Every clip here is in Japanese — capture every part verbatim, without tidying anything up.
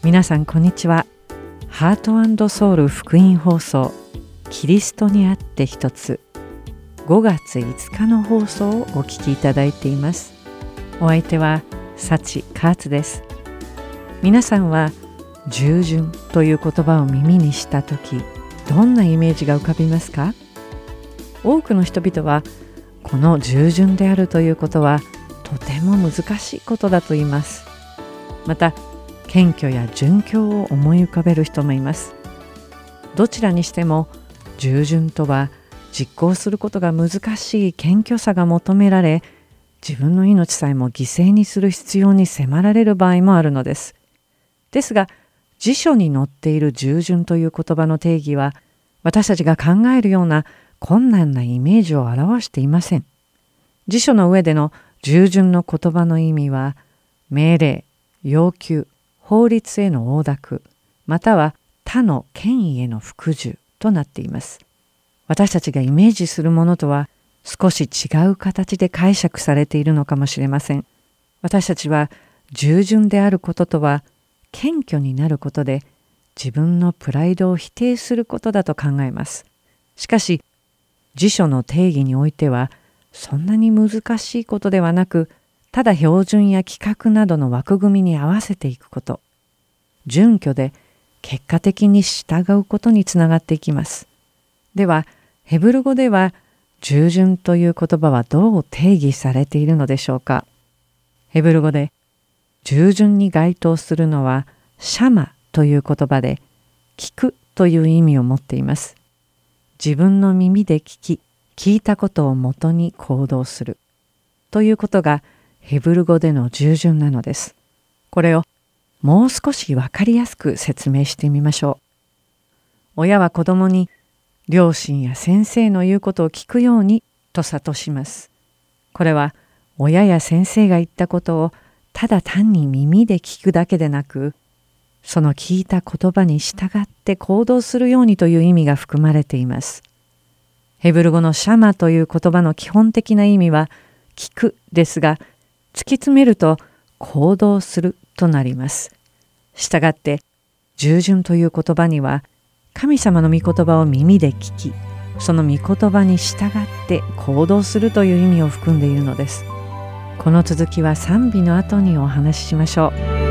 皆さんこんにちは。ハート&ソウル福音放送、キリストにあって一つ、ごがついつかの放送をお聞きいただいています。お相手はサチカーツです。皆さんは従順という言葉を耳にしたとき、どんなイメージが浮かびますか？多くの人々はこの従順であるということはとても難しいことだと言います。また謙虚や順教を思い浮かべる人もいます。どちらにしても従順とは実行することが難しい謙虚さが求められ、自分の命さえも犠牲にする必要に迫られる場合もあるのです。ですが、辞書に載っている従順という言葉の定義は、私たちが考えるような困難なイメージを表していません。辞書の上での従順の言葉の意味は、命令、要求、法律への応諾、または他の権威への服従となっています。私たちがイメージするものとは少し違う形で解釈されているのかもしれません。私たちは従順であることとは、謙虚になることで自分のプライドを否定することだと考えます。しかし、辞書の定義においてはそんなに難しいことではなく、ただ標準や規格などの枠組みに合わせていくこと、順拠で結果的に従うことにつながっていきます。では、ヘブル語では従順という言葉はどう定義されているのでしょうか。ヘブル語で従順に該当するのはシャマという言葉で、聞くという意味を持っています。自分の耳で聞き、聞いたことをもとに行動するということがヘブル語での従順なのです。これをもう少しわかりやすく説明してみましょう。親は子供に両親や先生の言うことを聞くようにと諭します。これは親や先生が言ったことをただ単に耳で聞くだけでなく、その聞いた言葉に従って行動するようにという意味が含まれています。ヘブル語のシャマという言葉の基本的な意味は聞くですが、突き詰めると行動するとなります。したがって従順という言葉には、神様の御言葉を耳で聞き、その御言葉に従って行動するという意味を含んでいるのです。この続きは賛美の後にお話ししましょう。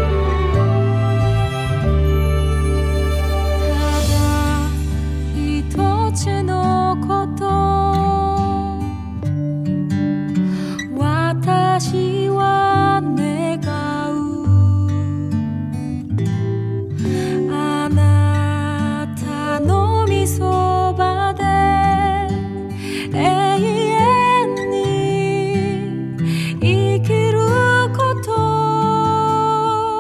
私は願う、あなたの御そばで永遠に生きること。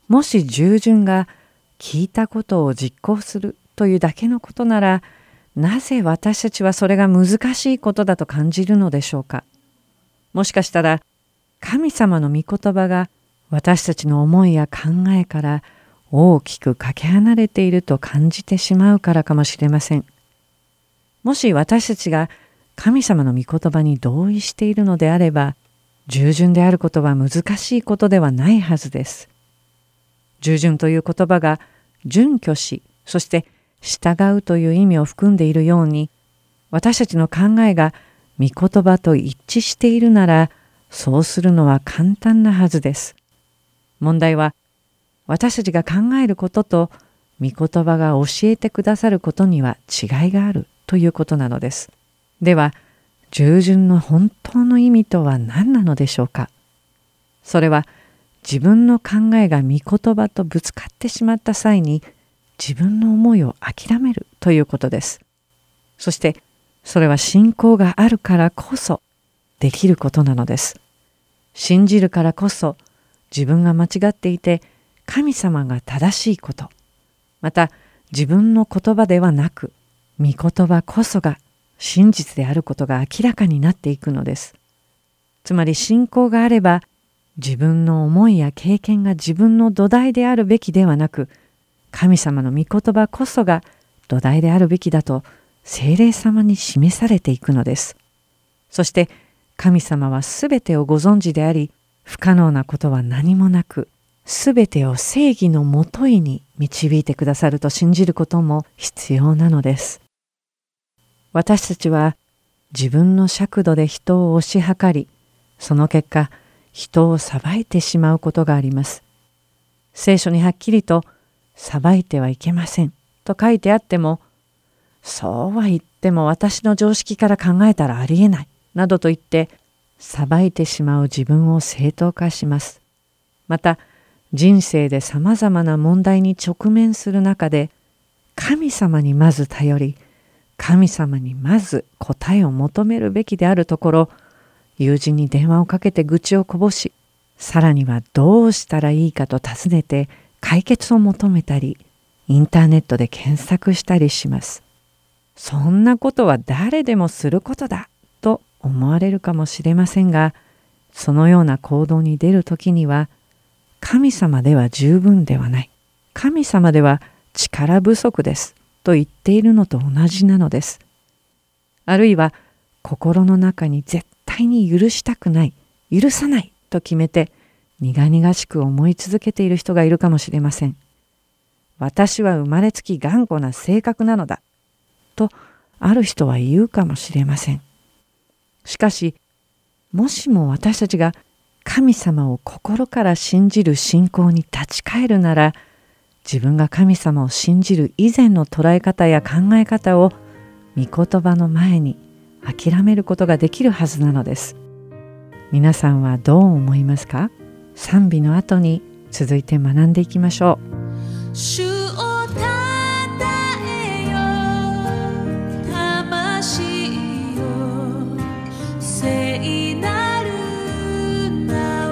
もし従順が聞いたことを実行するというだけのことなら、なぜ私たちはそれが難しいことだと感じるのでしょうか。もしかしたら神様の御言葉が私たちの思いや考えから大きくかけ離れていると感じてしまうからかもしれません。もし私たちが神様の御言葉に同意しているのであれば、従順であることは難しいことではないはずです。従順という言葉が準拠し、そして従うという意味を含んでいるように、私たちの考えが御言葉と一致しているなら、そうするのは簡単なはずです。問題は、私たちが考えることと御言葉が教えてくださることには違いがあるということなのです。では、従順の本当の意味とは何なのでしょうか。それは、自分の考えが御言葉とぶつかってしまった際に、自分の思いを諦めるということです。そして、それは信仰があるからこそできることなのです。信じるからこそ、自分が間違っていて、神様が正しいこと、また自分の言葉ではなく、御言葉こそが真実であることが明らかになっていくのです。つまり信仰があれば、自分の思いや経験が自分の土台であるべきではなく、神様の御言葉こそが土台であるべきだと聖霊様に示されていくのです。そして神様はすべてをご存知であり、不可能なことは何もなく、すべてを正義のもといに導いてくださると信じることも必要なのです。私たちは自分の尺度で人を推し量り、その結果、人を裁いてしまうことがあります。聖書にはっきりと、裁いてはいけませんと書いてあっても、そうは言っても私の常識から考えたらありえない、などと言って、裁いてしまう自分を正当化します。また、人生でさまざまな問題に直面する中で、神様にまず頼り、神様にまず答えを求めるべきであるところ、友人に電話をかけて愚痴をこぼし、さらにはどうしたらいいかと尋ねて解決を求めたり、インターネットで検索したりします。そんなことは誰でもすることだと思われるかもしれませんが、そのような行動に出るときには、神様では十分ではない、神様では力不足ですと言っているのと同じなのです。あるいは心の中に絶対に許したくない、許さないと決めて苦々しく思い続けている人がいるかもしれません。私は生まれつき頑固な性格なのだとある人は言うかもしれません。しかし、もしも私たちが神様を心から信じる信仰に立ち返るなら、自分が神様を信じる以前の捉え方や考え方を御言葉の前に諦めることができるはずなのです。皆さんはどう思いますか？賛美の後に続いて学んでいきましょう。 主をたたえよ魂よ、聖なる名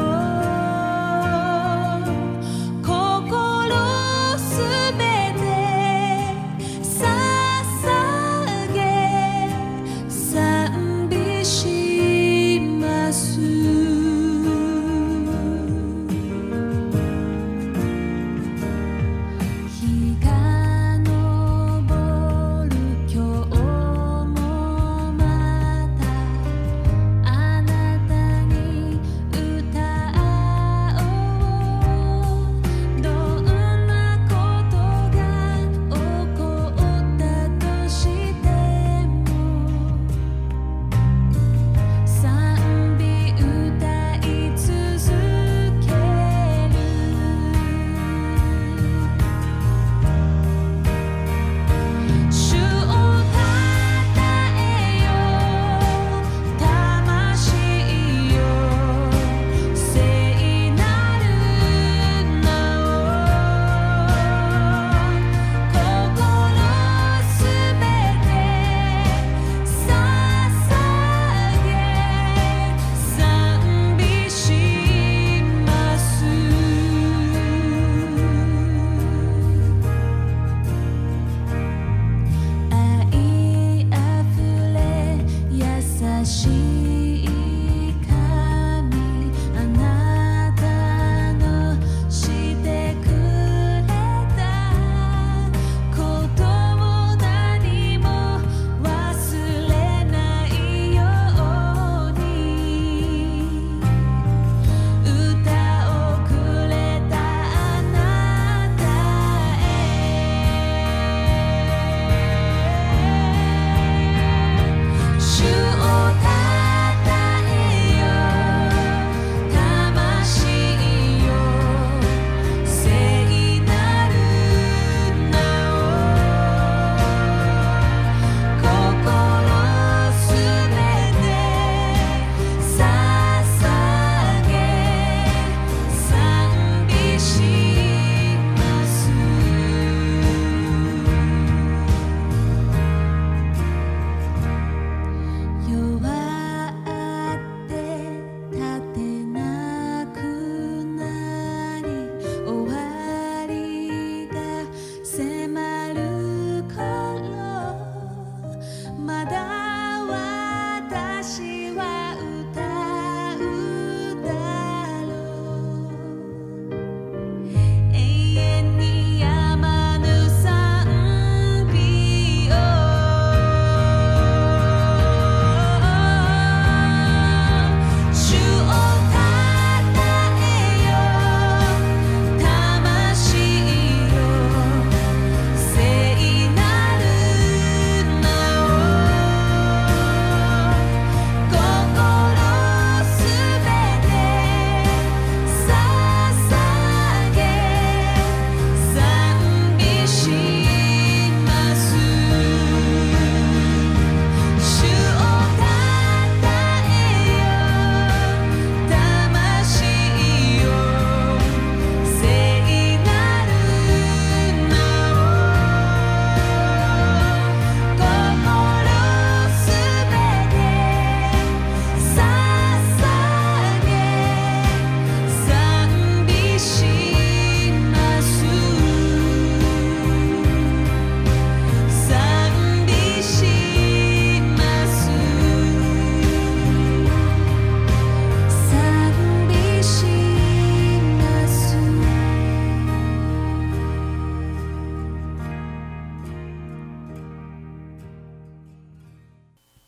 を心すべて捧げ賛美します。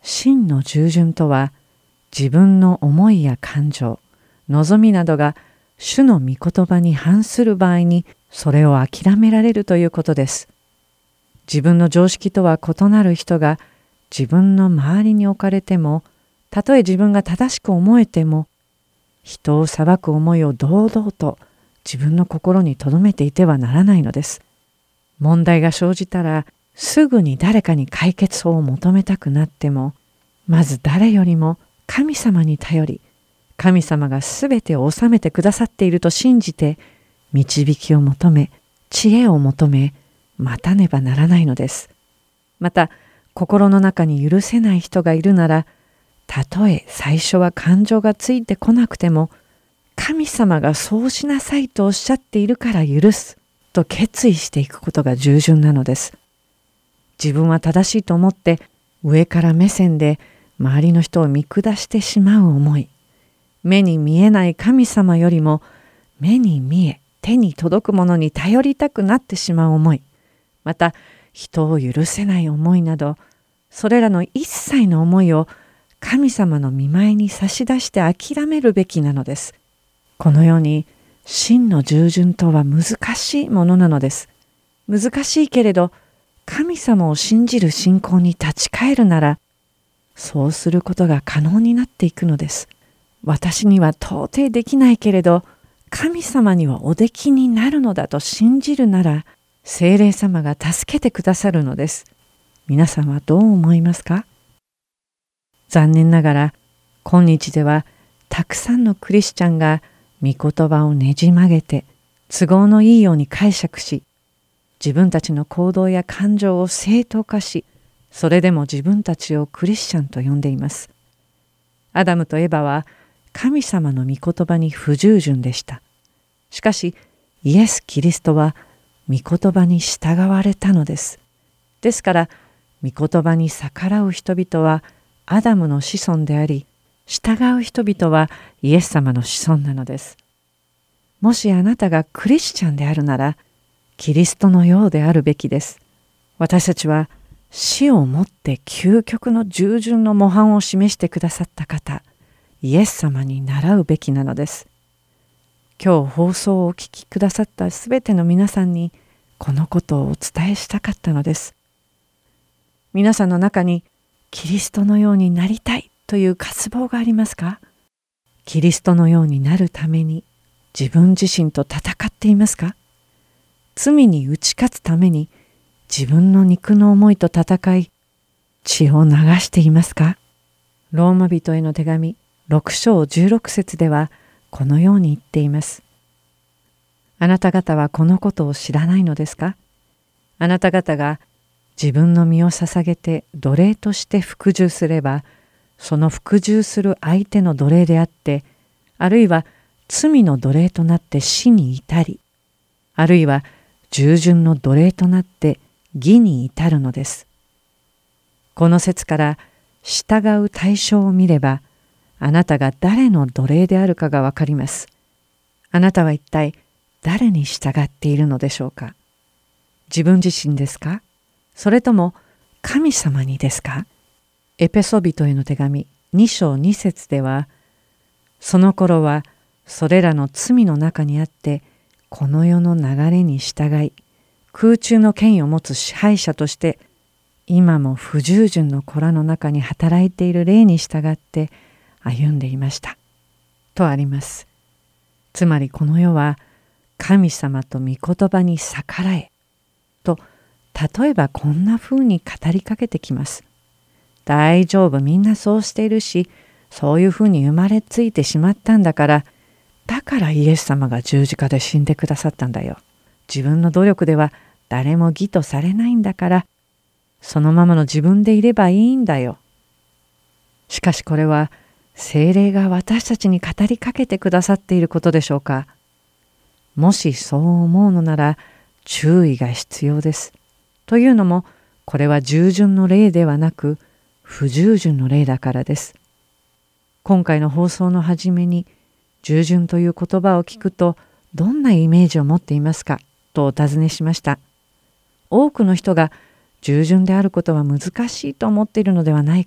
真の従順とは、自分の思いや感情、望みなどが主の御言葉に反する場合に、それを諦められるということです。自分の常識とは異なる人が自分の周りに置かれても、たとえ自分が正しく思えても、人を裁く思いを堂々と自分の心に留めていてはならないのです。問題が生じたら、すぐに誰かに解決法を求めたくなっても、まず誰よりも神様に頼り、神様がすべてを治めてくださっていると信じて、導きを求め、知恵を求め、待たねばならないのです。また、心の中に許せない人がいるなら、たとえ最初は感情がついてこなくても、神様がそうしなさいとおっしゃっているから許すと決意していくことが従順なのです。自分は正しいと思って上から目線で周りの人を見下してしまう思い、目に見えない神様よりも目に見え手に届くものに頼りたくなってしまう思い、また人を許せない思いなど、それらの一切の思いを神様の御前に差し出して諦めるべきなのです。このように真の従順とは難しいものなのです。難しいけれど、神様を信じる信仰に立ち返るなら、そうすることが可能になっていくのです。私には到底できないけれど、神様にはおできになるのだと信じるなら、聖霊様が助けてくださるのです。皆さんはどう思いますか？残念ながら、今日ではたくさんのクリスチャンが御言葉をねじ曲げて、都合のいいように解釈し、自分たちの行動や感情を正当化し、それでも自分たちをクリスチャンと呼んでいます。アダムとエバは神様の御言葉に不従順でした。しかし、イエス・キリストは御言葉に従われたのです。ですから、御言葉に逆らう人々はアダムの子孫であり、従う人々はイエス様の子孫なのです。もしあなたがクリスチャンであるなら、キリストのようであるべきです。私たちは死をもって究極の従順の模範を示してくださった方、イエス様に倣うべきなのです。今日放送をお聞きくださったすべての皆さんにこのことをお伝えしたかったのです。皆さんの中にキリストのようになりたいという渇望がありますか？キリストのようになるために自分自身と戦っていますか？罪に打ち勝つために自分の肉の思いと戦い、血を流していますか？ローマ人への手紙ろく章じゅうろく節ではこのように言っています。あなた方はこのことを知らないのですか？あなた方が自分の身を捧げて奴隷として服従すれば、その服従する相手の奴隷であって、あるいは罪の奴隷となって死に至り、あるいは従順の奴隷となって義に至るのです。この説から従う対象を見れば、あなたが誰の奴隷であるかがわかります。あなたは一体誰に従っているのでしょうか？自分自身ですか？それとも神様にですか？エペソビトへの手紙に章に節では、その頃はそれらの罪の中にあって、この世の流れに従い、空中の権威を持つ支配者として、今も不従順の子らの中に働いている霊に従って歩んでいました。とあります。つまりこの世は、神様と御言葉に逆らえ、と、例えばこんな風に語りかけてきます。大丈夫、みんなそうしているし、そういう風に生まれついてしまったんだから、だからイエス様が十字架で死んでくださったんだよ。自分の努力では誰も義とされないんだから、そのままの自分でいればいいんだよ。しかしこれは、聖霊が私たちに語りかけてくださっていることでしょうか。もしそう思うのなら、注意が必要です。というのも、これは従順の例ではなく、不従順の例だからです。今回の放送の初めに、従順という言葉を聞くと、どんなイメージを持っていますかとお尋ねしました。多くの人が従順であることは難しいと思っているのではないか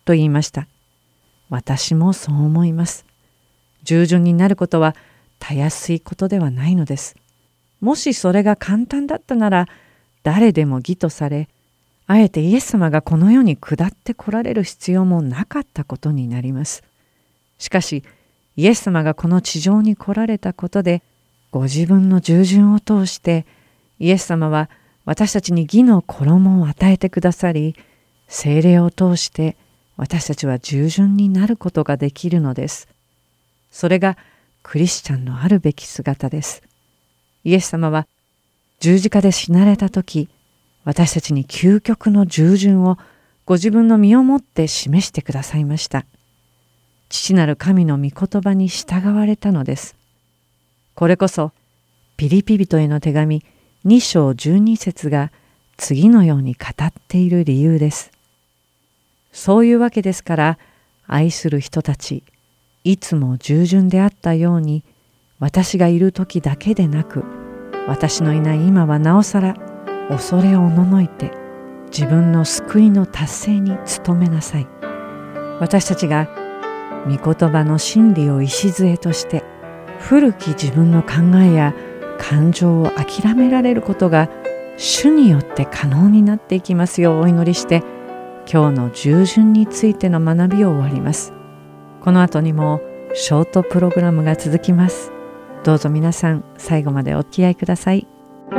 と言いました。私もそう思います。従順になることはたやすいことではないのです。もしそれが簡単だったなら、誰でも義とされ、あえてイエス様がこの世に下って来られる必要もなかったことになります。しかし、イエス様がこの地上に来られたことで、ご自分の従順を通して、イエス様は私たちに義の衣を与えてくださり、聖霊を通して私たちは従順になることができるのです。それがクリスチャンのあるべき姿です。イエス様は十字架で死なれたとき、私たちに究極の従順をご自分の身をもって示してくださいました。父なる神の御言葉に従われたのです。これこそピリピ人への手紙に章じゅうに節が次のように語っている理由です。そういうわけですから、愛する人たち、いつも従順であったように、私がいる時だけでなく、私のいない今はなおさら恐れおののいて、自分の救いの達成に努めなさい。私たちが御言葉の真理を礎として、古き自分の考えや感情を諦められることが主によって可能になっていきますようお祈りして、今日の従順についての学びを終わります。この後にもショートプログラムが続きます。どうぞ皆さん最後までお付き合いください。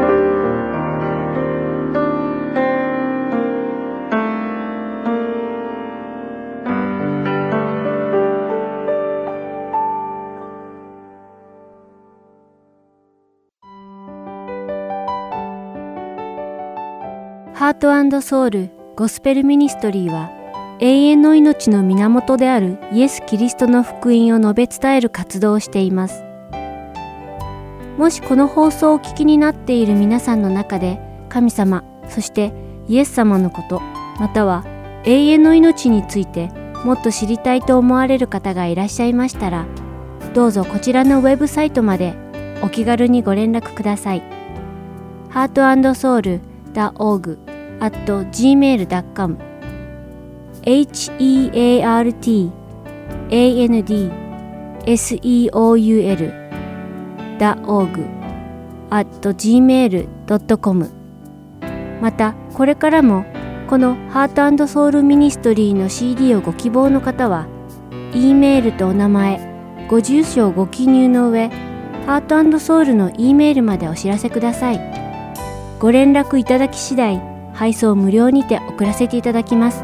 ハート&ソウルゴスペルミニストリーは、永遠の命の源であるイエス・キリストの福音を述べ伝える活動をしています。もしこの放送をお聞きになっている皆さんの中で、神様、そしてイエス様のこと、または永遠の命についてもっと知りたいと思われる方がいらっしゃいましたら、どうぞこちらのウェブサイトまでお気軽にご連絡ください。ハート&ソウル ドット オーグ アット ジーメール ドット コム ヘアート アンド ソウル ドット オーグ アット ジーメール ドット コム また、これからもこのハート&ソウルミニストリーの シーディー をご希望の方は、E メールとお名前、ご住所をご記入の上、ハート&ソウルの E メールまでお知らせください。ご連絡いただき次第、配送無料にて送らせていただきます。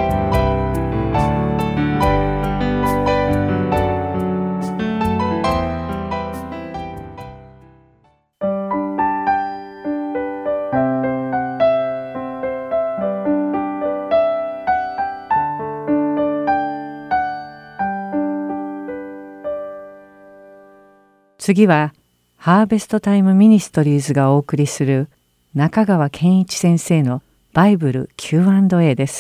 次はハーベストタイムミニストリーズがお送りする中川健一先生のバイブル キューアンドエー です。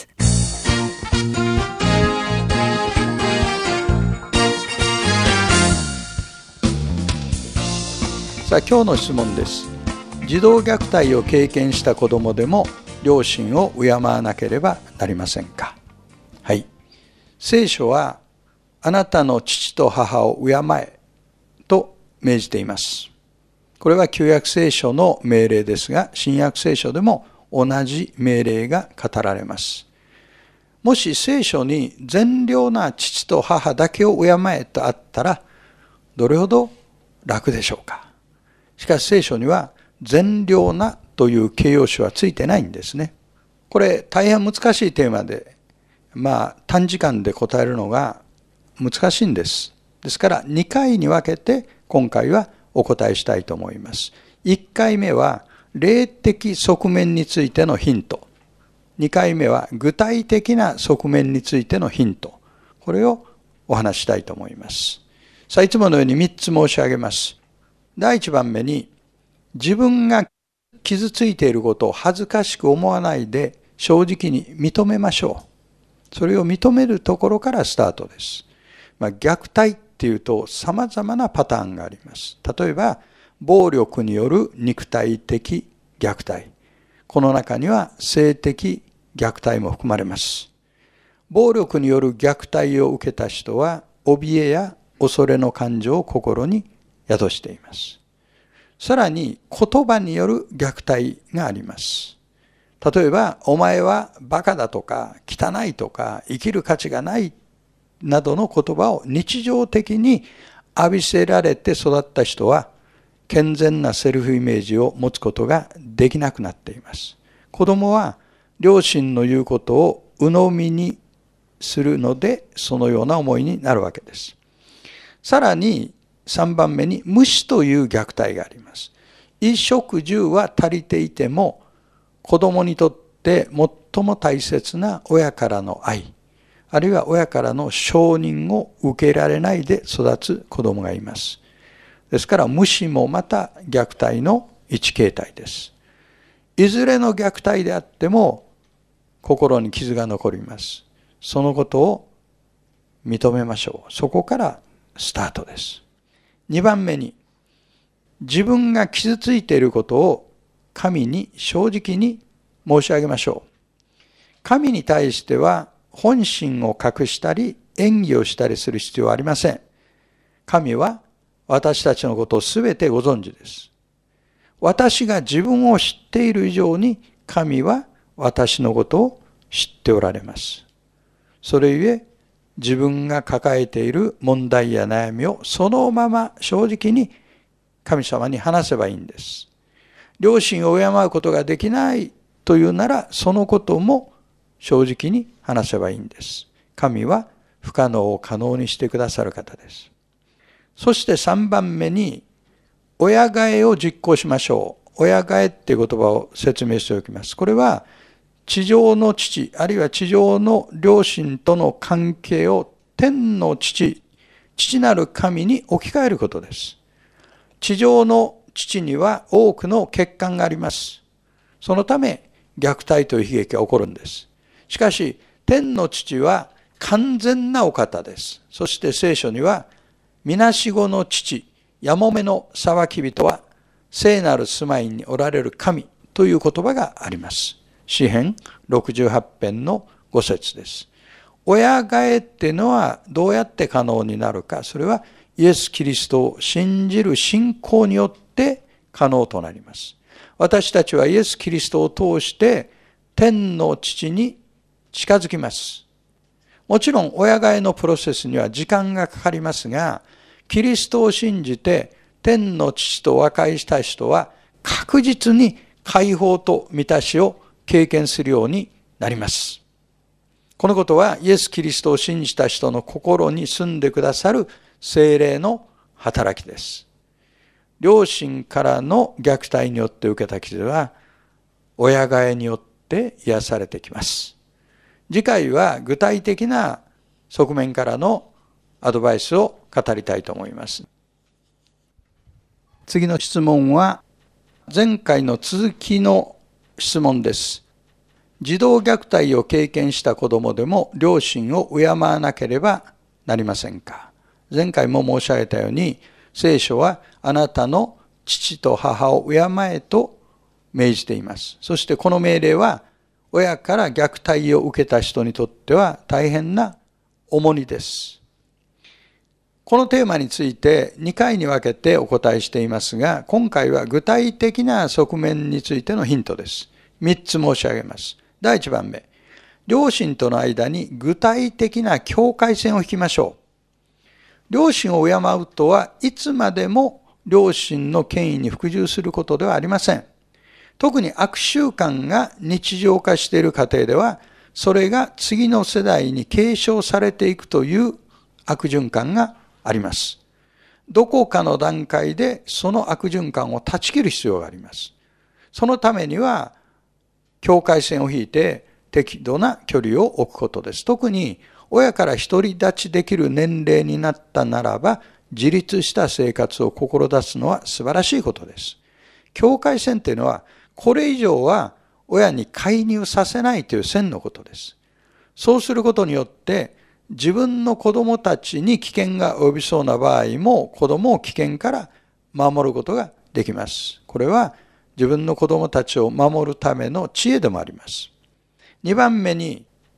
さあ、今日の質問です。児童虐待を経験した子どもでも両親を敬わなければなりませんか。はい。聖書はあなたの父と母を敬えと命じています。これは旧約聖書の命令ですが、新約聖書でも同じ命令が語られます。もし聖書に善良な父と母だけを敬えとあったら、どれほど楽でしょうか。しかし聖書には善良なという形容詞はついてないんですね。これ大変難しいテーマで、まあ短時間で答えるのが難しいんです。ですからにかいに分けて今回はお答えしたいと思います。いっかいめは霊的側面についてのヒント。にかいめは具体的な側面についてのヒント。これをお話ししたいと思います。さあ、いつものようにみっつ申し上げます。だいいちばんめに、自分が傷ついていることを恥ずかしく思わないで正直に認めましょう。それを認めるところからスタートです。まあ、虐待っていうと様々なパターンがあります。例えば、暴力による肉体的虐待。この中には性的虐待も含まれます。 暴力による虐待を受けた人は、怯えや恐れの感情を心に宿しています。さらに、言葉による虐待があります。例えば、お前はバカだとか、汚いとか、生きる価値がないなどの言葉を日常的に浴びせられて育った人は、健全なセルフイメージを持つことができなくなっています。子供は両親の言うことを鵜呑みにするので、そのような思いになるわけです。さらにさんばんめに無視という虐待があります。衣食住は足りていても、子供にとって最も大切な親からの愛、あるいは親からの承認を受けられないで育つ子供がいます。ですから無視もまた虐待の一形態です。いずれの虐待であっても心に傷が残ります。そのことを認めましょう。そこからスタートです。にばんめに、自分が傷ついていることを神に正直に申し上げましょう。神に対しては本心を隠したり演技をしたりする必要はありません。神は私たちのことをすべてご存知です。私が自分を知っている以上に神は私のことを知っておられます。それゆえ自分が抱えている問題や悩みをそのまま正直に神様に話せばいいんです。両親を敬うことができないというなら、そのことも正直に話せばいいんです。神は不可能を可能にしてくださる方です。そしてさんばんめに、親替えを実行しましょう。親替えっていう言葉を説明しておきます。これは地上の父、あるいは地上の両親との関係を天の父、父なる神に置き換えることです。地上の父には多くの欠陥があります。そのため虐待という悲劇が起こるんです。しかし天の父は完全なお方です。そして聖書には、みなしごの父、やもめの裁き人は聖なる住まいにおられる神という言葉があります。詩編ろくじゅうはち編のご節です。親替えっていうのはどうやって可能になるか。それはイエス・キリストを信じる信仰によって可能となります。私たちはイエス・キリストを通して天の父に近づきます。もちろん親替えのプロセスには時間がかかりますが、キリストを信じて天の父と和解した人は確実に解放と満たしを経験するようになります。このことはイエス・キリストを信じた人の心に住んでくださる聖霊の働きです。両親からの虐待によって受けた傷は親替えによって癒されてきます。次回は具体的な側面からのアドバイスを語りたいと思います。次の質問は前回の続きの質問です。児童虐待を経験した子供でも両親を敬わなければなりませんか。前回も申し上げたように、聖書はあなたの父と母を敬えと命じています。そしてこの命令は親から虐待を受けた人にとっては大変な重荷です。このテーマについてにかいに分けてお答えしていますが、今回は具体的な側面についてのヒントです。みっつ申し上げます。だいいちばんめ、両親との間に具体的な境界線を引きましょう。両親を敬うとはいつまでも両親の権威に服従することではありません。特に悪習慣が日常化している家庭では、それが次の世代に継承されていくという悪循環があります。どこかの段階でその悪循環を断ち切る必要があります。そのためには境界線を引いて適度な距離を置くことです。特に親から独り立ちできる年齢になったならば、自立した生活を志すのは素晴らしいことです。境界線というのは、これ以上は親に介入させないという線のことです。そうすることによって、自分の子供たちに危険が及びそうな場合も、子供を危険から守ることができます。これは自分の子供たちを守るための知恵でもあります。にばんめに、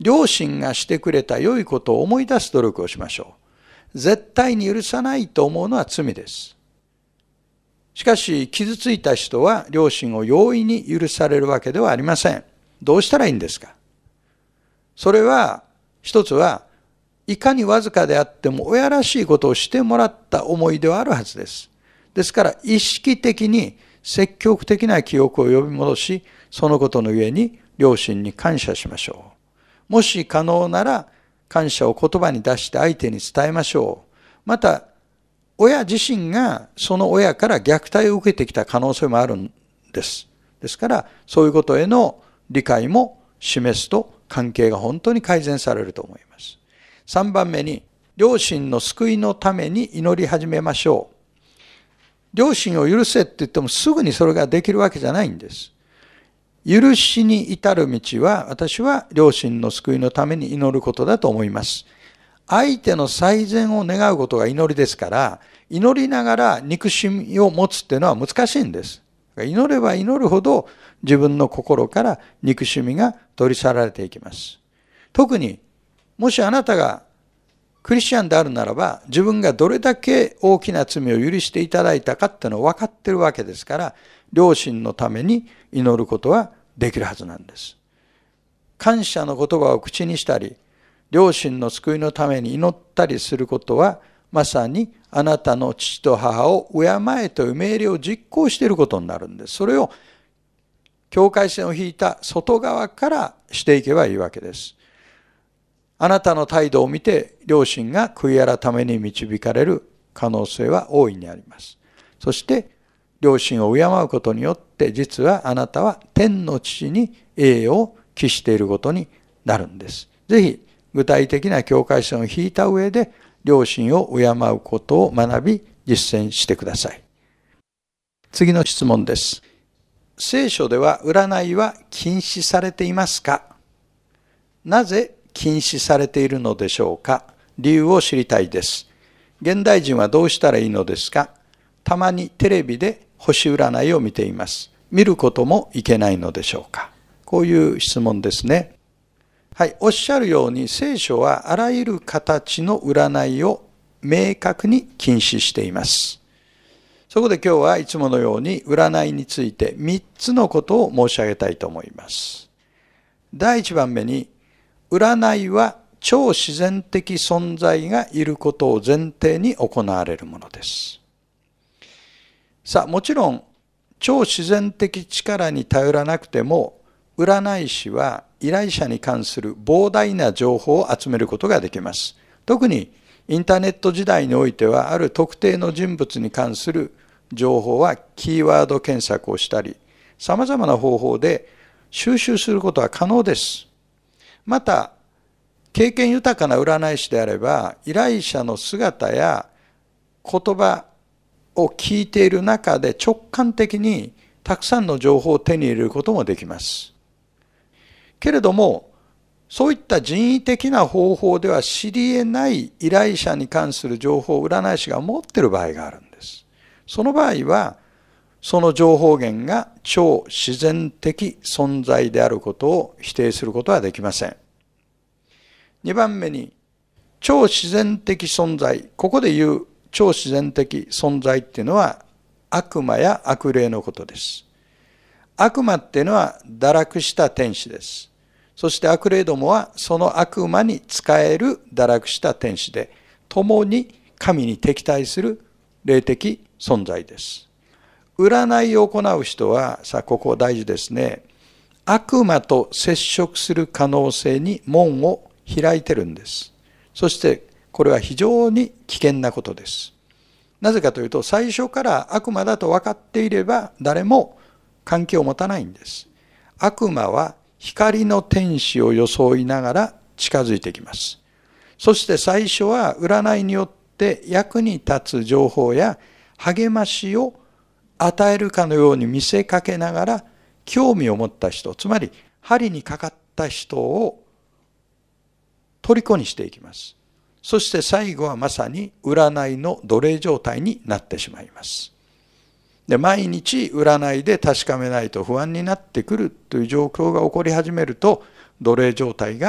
両親がしてくれた良いことを思い出す努力をしましょう。絶対に許さないと思うのは罪です。しかし、傷ついた人は両親を容易に許されるわけではありません。どうしたらいいんですか？それは、一つはいかにわずかであっても親らしいことをしてもらった思いではあるはずです。ですから意識的に積極的な記憶を呼び戻し、そのことのゆえに両親に感謝しましょう。もし可能なら感謝を言葉に出して相手に伝えましょう。また親自身がその親から虐待を受けてきた可能性もあるんです。ですからそういうことへの理解も示すと関係が本当に改善されると思います。さんばんめに、両親の救いのために祈り始めましょう。両親を許せって言ってもすぐにそれができるわけじゃないんです。許しに至る道は、私は両親の救いのために祈ることだと思います。相手の最善を願うことが祈りですから、祈りながら憎しみを持つっていうのは難しいんです。祈れば祈るほど自分の心から憎しみが取り去られていきます。特にもしあなたがクリスチャンであるならば、自分がどれだけ大きな罪を許していただいたかっていうのを分かっているわけですから、両親のために祈ることはできるはずなんです。感謝の言葉を口にしたり、両親の救いのために祈ったりすることは、まさにあなたの父と母を敬えという命令を実行していることになるんです。それを境界線を引いた外側からしていけばいいわけです。あなたの態度を見て両親が悔い改めに導かれる可能性は大いにあります。そして両親を敬うことによって実はあなたは天の父に栄誉を期していることになるんです。ぜひ具体的な境界線を引いた上で両親を敬うことを学び実践してください。次の質問です。聖書では占いは禁止されていますか？なぜ禁止されているのでしょうか？理由を知りたいです。現代人はどうしたらいいのですか？たまにテレビで星占いを見ています。見ることもいけないのでしょうか？こういう質問ですね。はい、おっしゃるように聖書はあらゆる形の占いを明確に禁止しています。そこで今日はいつものように占いについてみっつのことを申し上げたいと思います。だいいちばんめに、占いは超自然的存在がいることを前提に行われるものです。さあ、もちろん超自然的力に頼らなくても、占い師は依頼者に関する膨大な情報を集めることができます。特にインターネット時代においては、ある特定の人物に関する情報はキーワード検索をしたり、さまざまな方法で収集することは可能です。また、経験豊かな占い師であれば、依頼者の姿や言葉を聞いている中で直感的にたくさんの情報を手に入れることもできます。けれども、そういった人為的な方法では知り得ない依頼者に関する情報を占い師が持っている場合があるんです。その場合は、その情報源が超自然的存在であることを否定することはできません。にばんめに、超自然的存在、ここで言う超自然的存在っていうのは悪魔や悪霊のことです。悪魔っていうのは堕落した天使です。そして悪霊どもはその悪魔に仕える堕落した天使で、共に神に敵対する霊的存在です。占いを行う人は、さあここ大事ですね。悪魔と接触する可能性に門を開いてるんです。そしてこれは非常に危険なことです。なぜかというと、最初から悪魔だと分かっていれば誰も関係を持たないんです。悪魔は光の天使を装いながら近づいてきます。そして最初は占いによって役に立つ情報や励ましを与えるかのように見せかけながら、興味を持った人、つまり針にかかった人を虜にしていきます。そして最後はまさに占いの奴隷状態になってしまいます。で、毎日占いで確かめないと不安になってくるという状況が起こり始めると、奴隷状態が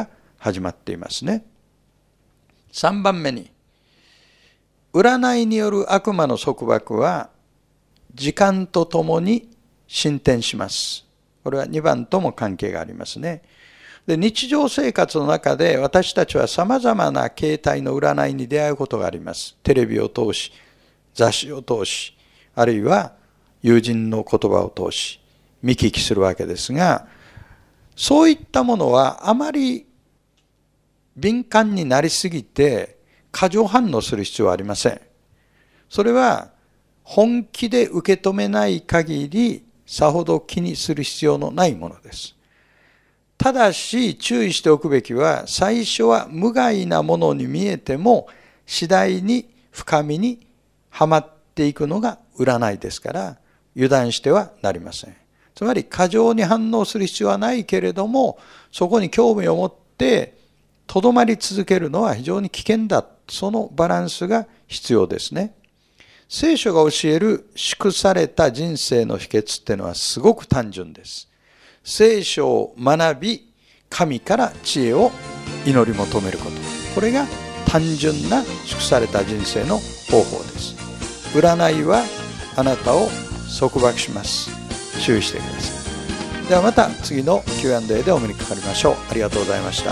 始まっていますね。さんばんめに、占いによる悪魔の束縛は時間とともに進展します。これはにばんとも関係がありますね。で、日常生活の中で私たちは様々な形態の占いに出会うことがあります。テレビを通し、雑誌を通し、あるいは友人の言葉を通し、見聞きするわけですが、そういったものはあまり敏感になりすぎて過剰反応する必要はありません。それは本気で受け止めない限りさほど気にする必要のないものです。ただし注意しておくべきは、最初は無害なものに見えても次第に深みにはまっていくのが占いですから、油断してはなりません。つまり過剰に反応する必要はないけれども、そこに興味を持ってとどまり続けるのは非常に危険だ。そのバランスが必要ですね。聖書が教える祝された人生の秘訣っていうのはすごく単純です。聖書を学び、神から知恵を祈り求めること。これが単純な祝された人生の方法です。占いはあなたを束縛します。注意してください。ではまた次の キューアンドエー でお目にかかりましょう。ありがとうございました。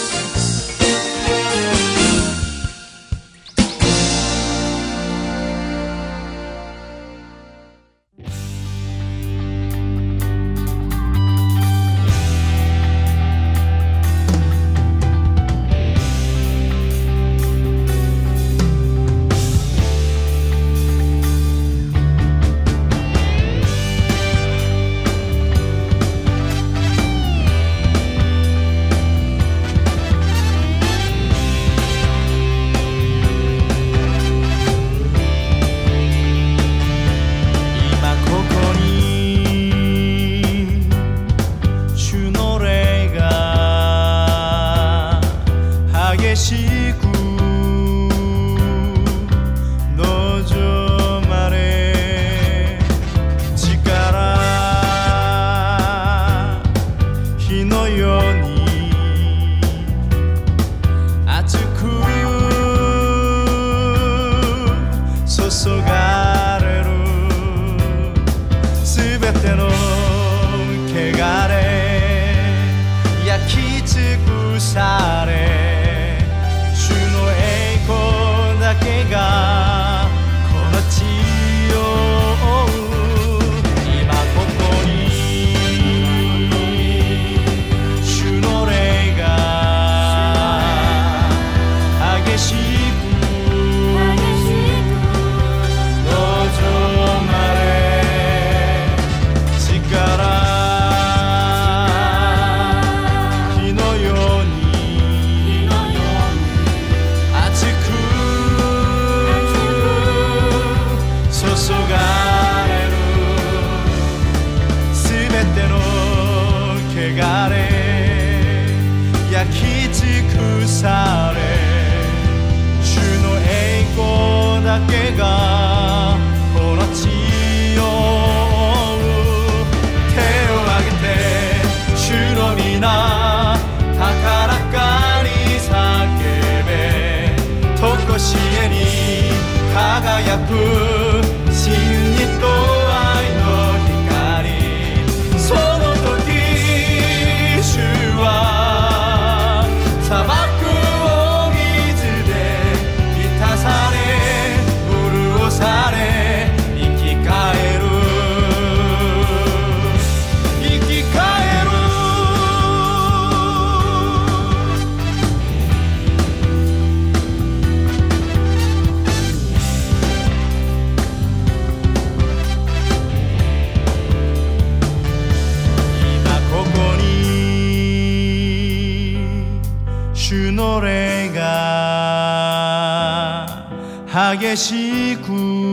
激しく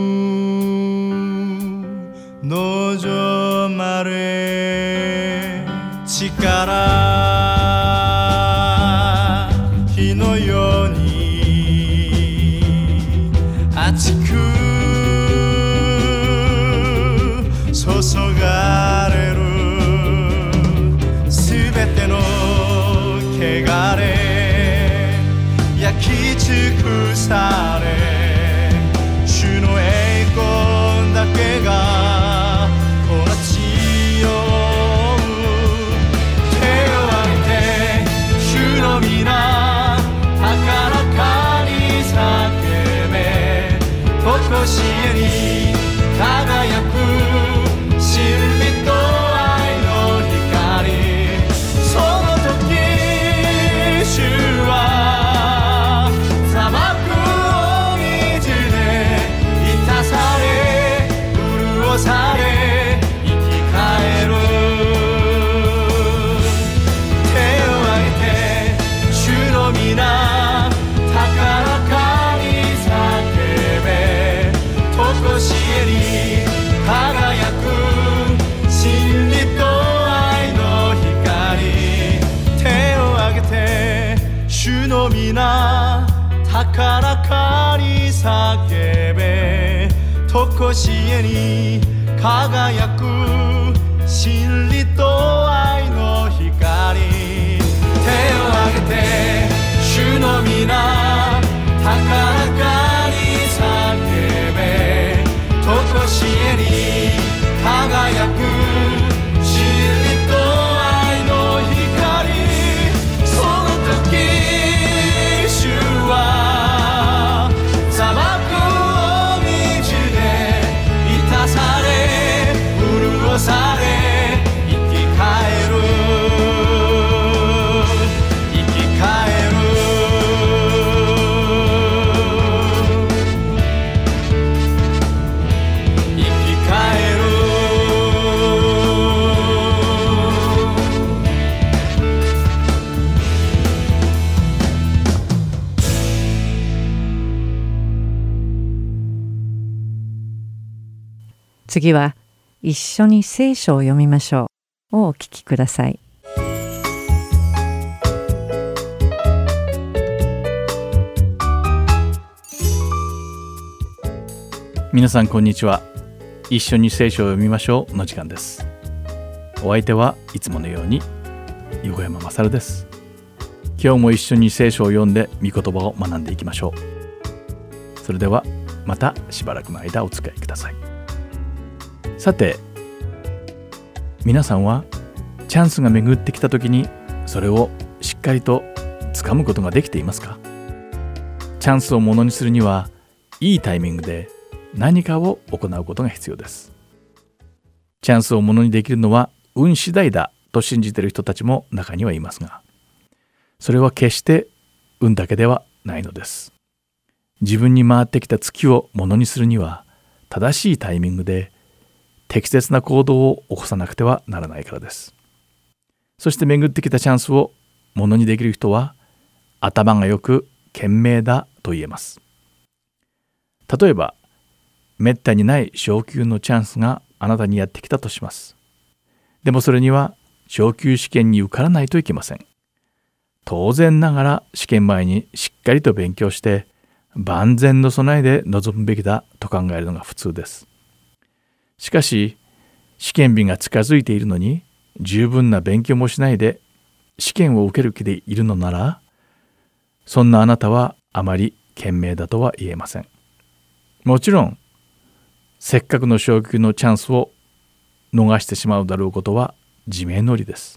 望まれ力火のように熱く注がれるすべての汚れて主の皆高らかに叫べ、とこしえに輝く真理と愛の光。手を挙げて主の皆高らかに叫べ、とこしえに輝く真理と愛の光。その時主は砂漠を水で満たされ潤され生き返る生き返る生き返る。 次は一緒に聖書を読みましょうをお聞きください。 皆さんこんにちは。一緒に聖書を読みましょうの時間です。お相手はいつものように横山まさるです。今日も一緒に聖書を読んで御言葉を学んでいきましょう。それではまたしばらくの間お付き合いください。さて、皆さんはチャンスが巡ってきたときにそれをしっかりと掴むことができていますか？チャンスをものにするにはいいタイミングで何かを行うことが必要です。チャンスをものにできるのは運次第だと信じている人たちも中にはいますが、それは決して運だけではないのです。自分に回ってきた月をものにするには正しいタイミングで適切な行動を起こさなくてはならないからです。そして巡ってきたチャンスをものにできる人は頭がよく賢明だと言えます。例えば、めったにない昇給のチャンスがあなたにやってきたとします。でもそれには昇給試験に受からないといけません。当然ながら試験前にしっかりと勉強して万全の備えで臨むべきだと考えるのが普通です。しかし、試験日が近づいているのに十分な勉強もしないで試験を受ける気でいるのなら、そんなあなたはあまり賢明だとは言えません。もちろん、せっかくの昇給のチャンスを逃してしまうだろうことは自明の理です。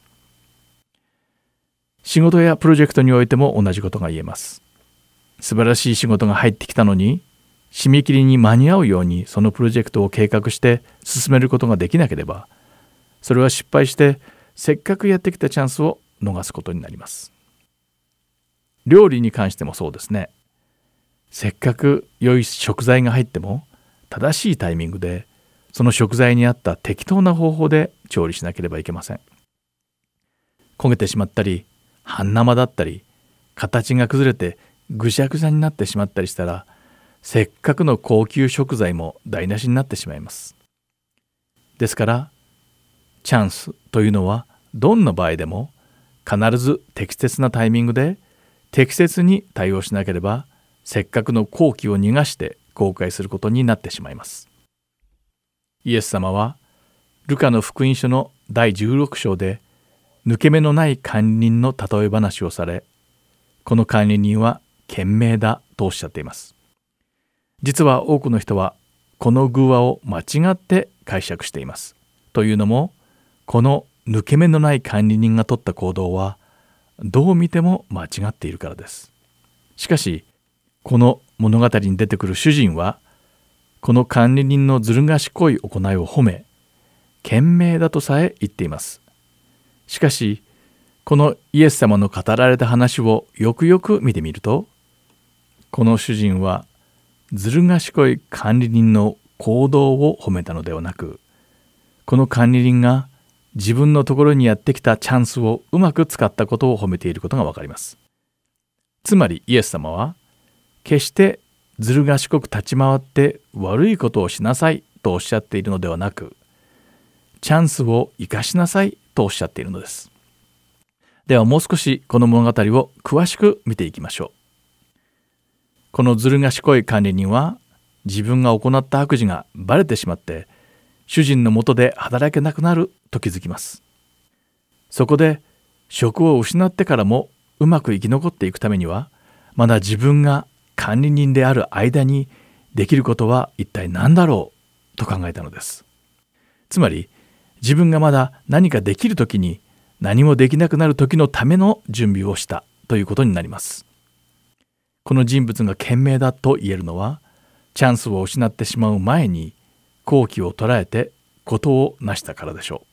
仕事やプロジェクトにおいても同じことが言えます。素晴らしい仕事が入ってきたのに、締め切りに間に合うようにそのプロジェクトを計画して進めることができなければ、それは失敗してせっかくやってきたチャンスを逃すことになります。料理に関してもそうですね。せっかく良い食材が入っても正しいタイミングでその食材に合った適当な方法で調理しなければいけません。焦げてしまったり、半生だったり、形が崩れてぐしゃぐしゃになってしまったりしたら、せっかくの高級食材も台無しになってしまいます。ですから、チャンスというのはどんな場合でも必ず適切なタイミングで適切に対応しなければ、せっかくの好機を逃がして後悔することになってしまいます。イエス様はルカの福音書のだいじゅうろく章で抜け目のない管理人の例え話をされ、この管理人は賢明だとおっしゃっています。実は多くの人はこの寓話を間違って解釈しています。というのも、この抜け目のない管理人が取った行動はどう見ても間違っているからです。しかし、この物語に出てくる主人は、この管理人のずる賢い行いを褒め、賢明だとさえ言っています。しかし、このイエス様の語られた話をよくよく見てみると、この主人はずる賢い管理人の行動を褒めたのではなく、この管理人が自分のところにやってきたチャンスをうまく使ったことを褒めていることがわかります。つまりイエス様は、決してずる賢く立ち回って悪いことをしなさいとおっしゃっているのではなく、チャンスを生かしなさいとおっしゃっているのです。 ではもう少しこの物語を詳しく見ていきましょう。このずる賢い管理人は自分が行った悪事がバレてしまって主人の下で働けなくなると気づきます。そこで職を失ってからもうまく生き残っていくためにはまだ自分が管理人である間にできることは一体何だろうと考えたのです。つまり自分がまだ何かできるときに何もできなくなる時のための準備をしたということになります。この人物が賢明だと言えるのはチャンスを失ってしまう前に好機を捉えて事を成したからでしょう。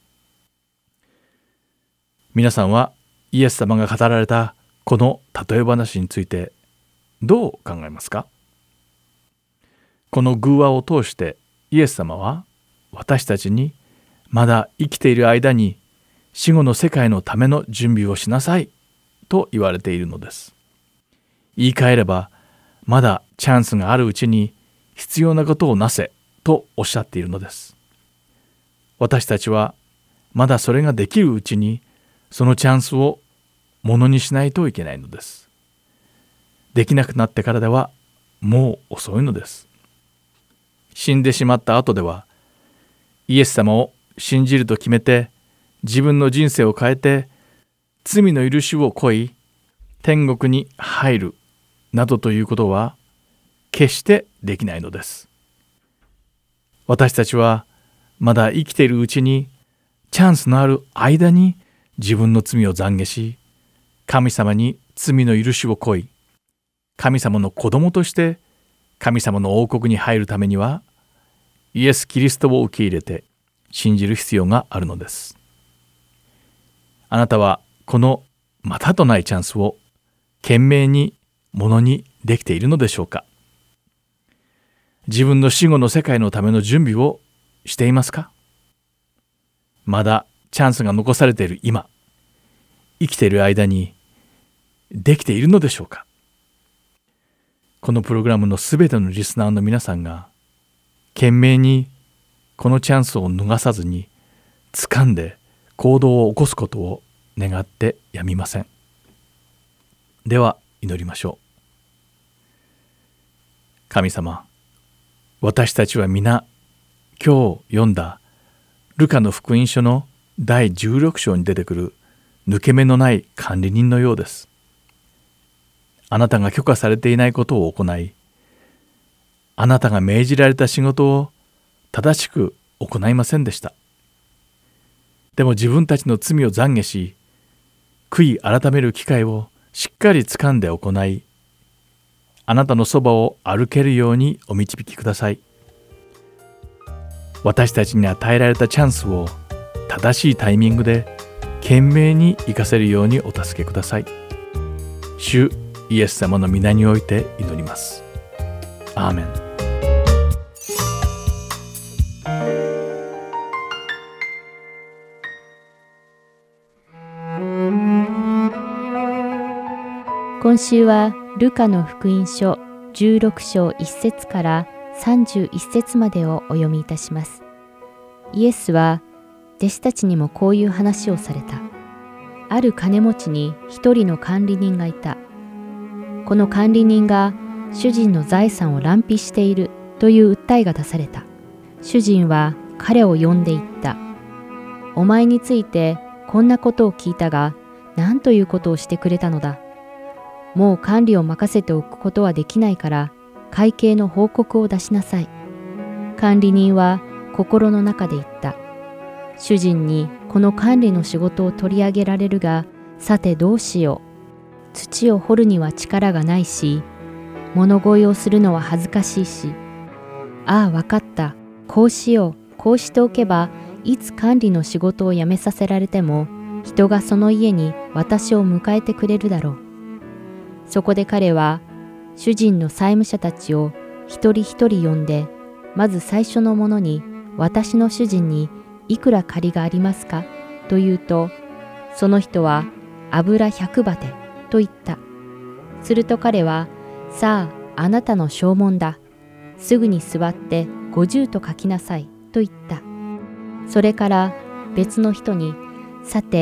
皆さんはイエス様が語られたこの例え話についてどう考えますか？この寓話を通してイエス様は私たちにまだ生きている間に死後の世界のための準備をしなさいと言われているのです。言い換えればまだチャンスがあるうちに必要なことをなせとおっしゃっているのです。私たちはまだそれができるうちにそのチャンスをものにしないといけないのです。できなくなってからではもう遅いのです。死んでしまった後ではイエス様を信じると決めて自分の人生を変えて罪の許しを請い天国に入るなどということは決してできないのです。私たちはまだ生きているうちにチャンスのある間に自分の罪を懺悔し神様に罪の許しを請い神様の子供として神様の王国に入るためにはイエス・キリストを受け入れて信じる必要があるのです。あなたはこのまたとないチャンスを懸命にものにできているのでしょうか？自分の死後の世界のための準備をしていますか？まだチャンスが残されている今、生きている間にできているのでしょうか？このプログラムのすべてのリスナーの皆さんが懸命にこのチャンスを逃さずに掴んで行動を起こすことを願ってやみません。では祈りましょう。神様、私たちは皆今日読んだルカの福音書のだいじゅうろく章に出てくる抜け目のない管理人のようです。あなたが許可されていないことを行い、あなたが命じられた仕事を正しく行いませんでした。でも自分たちの罪を懺悔し、悔い改める機会をしっかり掴んで行い、あなたのそばを歩けるようにお導きください。私たちに与えられたチャンスを正しいタイミングで懸命に生かせるようにお助けください。主イエス様の皆において祈ります。アーメン。 今週はルカの福音書じゅうろく章いち節からさんじゅういち節までをお読みいたします。イエスは弟子たちにもこういう話をされた。ある金持ちに一人の管理人がいた。この管理人が主人の財産を乱費しているという訴えが出された。主人は彼を呼んで言った。お前についてこんなことを聞いたが、何ということをしてくれたのだ。もう管理を任せておくことはできないから、会計の報告を出しなさい。管理人は心の中で言った。主人にこの管理の仕事を取り上げられるが、さてどうしよう。土を掘るには力がないし、物乞いをするのは恥ずかしいし。ああ、わかった。こうしよう。こうしておけば、いつ管理の仕事を辞めさせられても、人がその家に私を迎えてくれるだろう。そこで彼は、主人の債務者たちを一人一人呼んで、まず最初のものに、私の主人にいくら借りがありますかと言うと、その人は油百バテと言った。すると彼は、さあ、あなたの証文だ。すぐに座ってごじゅうと書きなさいと言った。それから別の人に、さて、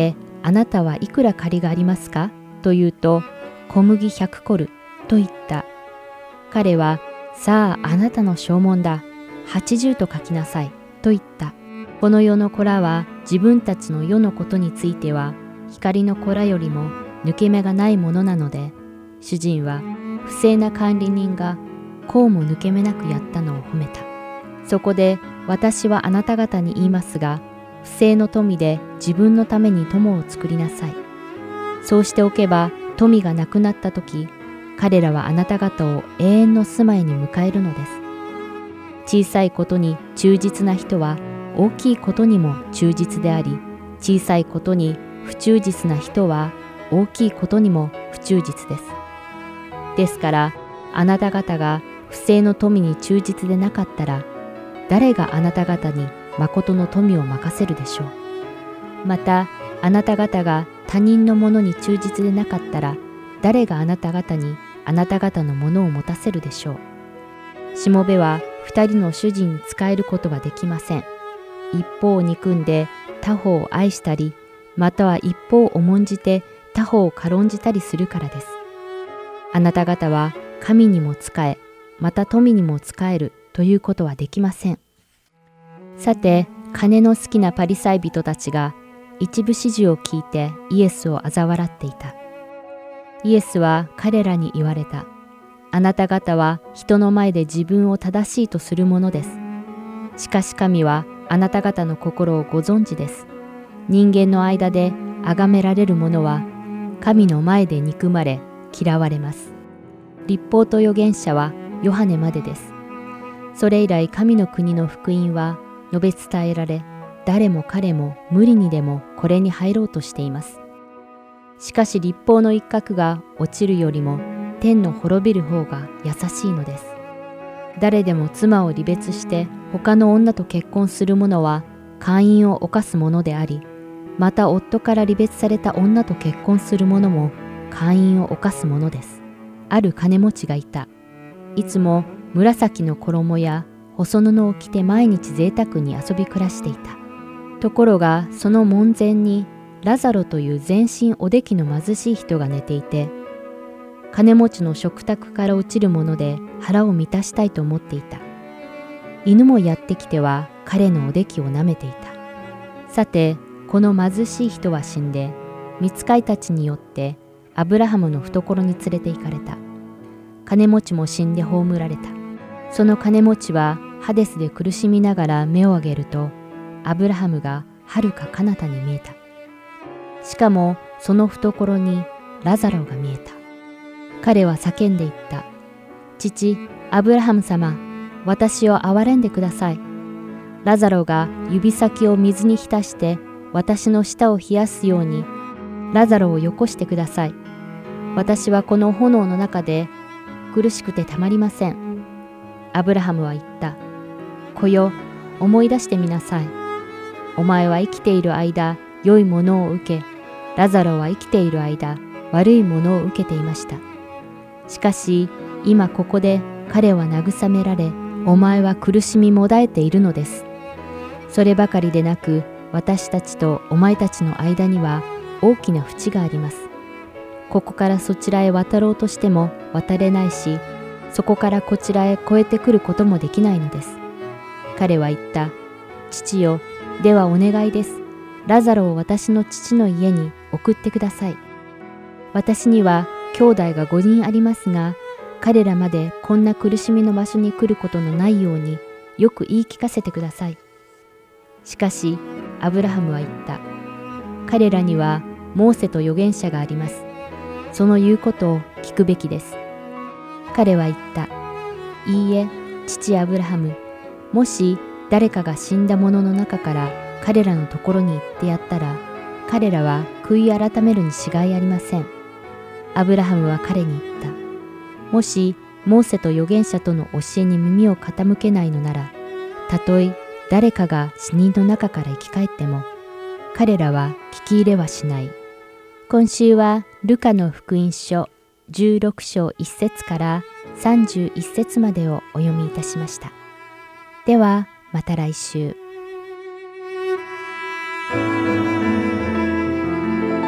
あなたはいくら借りがありますかと言うと、小麦ひゃくコルと言った。彼は、さああなたの証文だ。はちじゅうと書きなさいと言った。この世の子らは自分たちの世のことについては光の子らよりも抜け目がないものなので、主人は不正な管理人がこうも抜け目なくやったのを褒めた。そこで私はあなた方に言いますが、不正の富で自分のために友を作りなさい。そうしておけば富がなくなったとき、彼らはあなた方を永遠の住まいに迎えるのです。小さいことに忠実な人は大きいことにも忠実であり、小さいことに不忠実な人は大きいことにも不忠実です。ですから、あなた方が不正の富に忠実でなかったら、誰があなた方に誠の富を任せるでしょう。また、あなた方が他人のものに忠実でなかったら、誰があなた方にあなた方のものを持たせるでしょう。しもべは二人の主人に仕えることができません。一方を憎んで他方を愛したり、または一方を重んじて他方を軽んじたりするからです。あなた方は神にも仕え、また富にも仕えるということはできません。さて、金の好きなパリサイ人たちが一部始終を聞いてイエスを嘲笑っていた。イエスは彼らに言われた。あなた方は人の前で自分を正しいとするものです。しかし神はあなた方の心をご存知です。人間の間で崇められる者は神の前で憎まれ嫌われます。律法と預言者はヨハネまでです。それ以来神の国の福音は述べ伝えられ、誰も彼も無理にでもこれに入ろうとしています。しかし律法の一角が落ちるよりも天の滅びる方が優しいのです。誰でも妻を離別して他の女と結婚する者は姦淫を犯す者であり、また夫から離別された女と結婚する者も姦淫を犯す者です。ある金持ちがいた。いつも紫の衣や細布を着て毎日贅沢に遊び暮らしていた。ところがその門前にラザロという全身おできの貧しい人が寝ていて、金持ちの食卓から落ちるもので腹を満たしたいと思っていた。犬もやってきては彼のおできを舐めていた。さて、この貧しい人は死んで、御使いたちによってアブラハムの懐に連れて行かれた。金持ちも死んで葬られた。その金持ちはハデスで苦しみながら目を上げると、アブラハムがはるか彼方に見えた。しかもその懐にラザロが見えた。彼は叫んでいった。父、アブラハム様、私を憐れんでください。ラザロが指先を水に浸して私の舌を冷やすように、ラザロをよこしてください。私はこの炎の中で苦しくてたまりません。アブラハムは言った。子よ、思い出してみなさい。お前は生きている間、良いものを受け、ラザロは生きている間、悪いものを受けていました。しかし、今ここで彼は慰められ、お前は苦しみもだえているのです。そればかりでなく、私たちとお前たちの間には大きな淵があります。ここからそちらへ渡ろうとしても渡れないし、そこからこちらへ越えてくることもできないのです。彼は言った。父よ、ではお願いです。ラザロを私の父の家に送ってください。私には兄弟がごにんありますが、彼らまでこんな苦しみの場所に来ることのないようによく言い聞かせてください。しかし、アブラハムは言った。彼らにはモーセと預言者があります。その言うことを聞くべきです。彼は言った。いいえ、父アブラハム、もし誰かが死んだ者の中から彼らのところに行ってやったら、彼らは悔い改めるに違いありません。アブラハムは彼に言った。もしモーセと預言者との教えに耳を傾けないのなら、たとえ誰かが死人の中から生き返っても、彼らは聞き入れはしない。今週はルカの福音書じゅうろく章いち節からさんじゅういち節までをお読みいたしました。ではまた来週。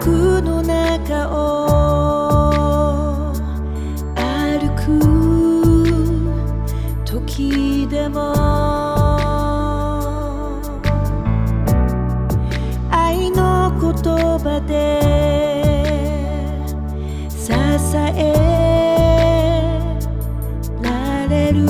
苦の中を歩く時でも愛の言葉で支えられる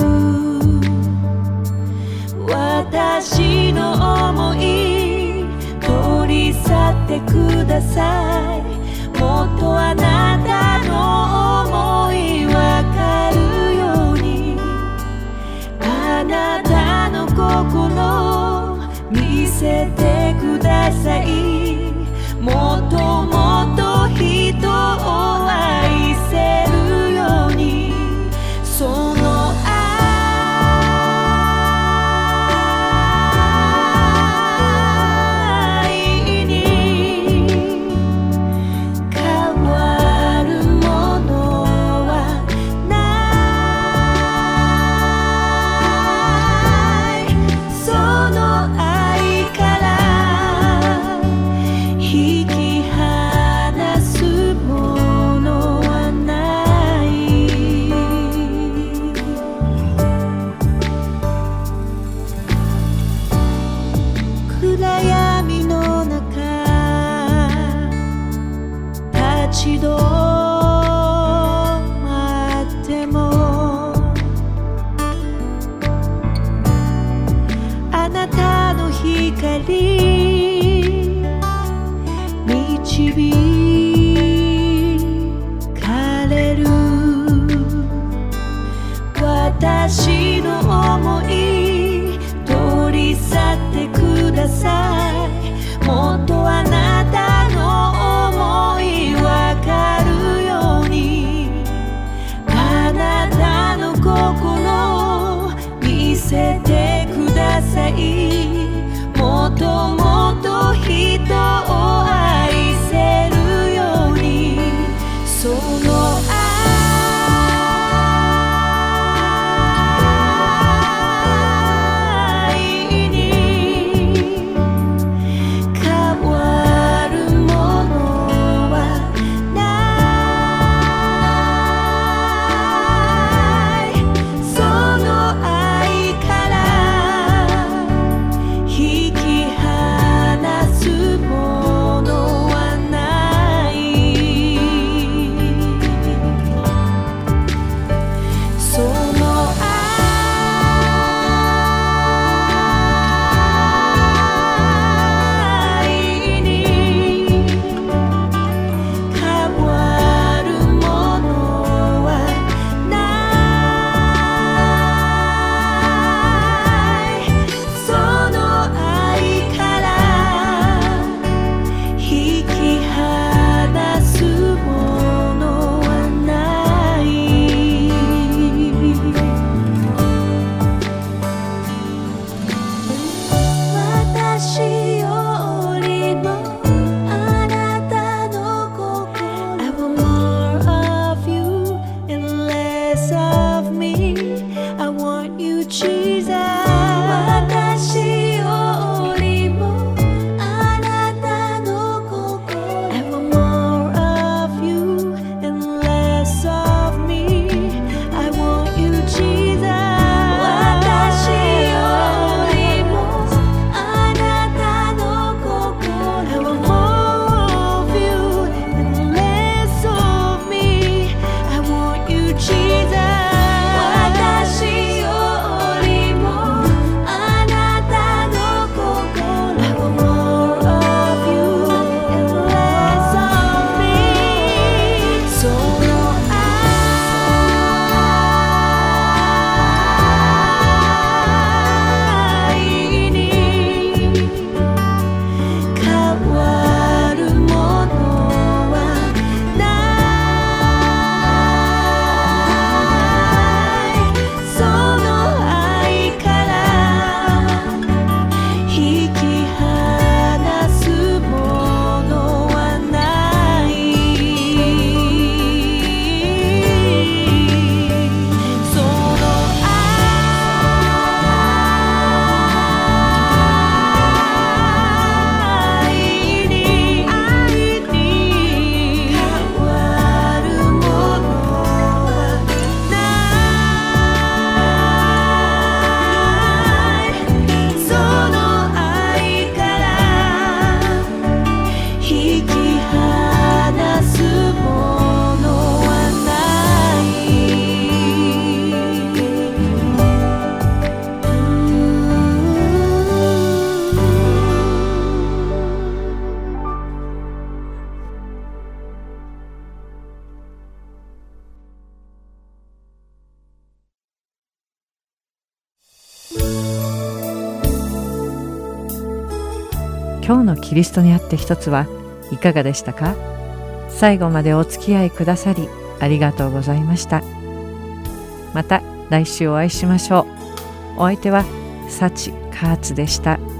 私の想い取り去ってくださいもっとあなたの想いわかるようにあなたの心見せてくださいもっともっと人を愛せるようにその愛に変わるものはないその愛から引き離すものはない暗闇の中立ち止まってもあなたの光導かれる私の想い取り去ってくださいもっとあなたの想いわかるようにあなたの心見せてくださいもっとも今日のキリストにあって一つはいかがでしたか？最後までお付き合いくださりありがとうございました。また来週お会いしましょう。お相手は幸カーツでした。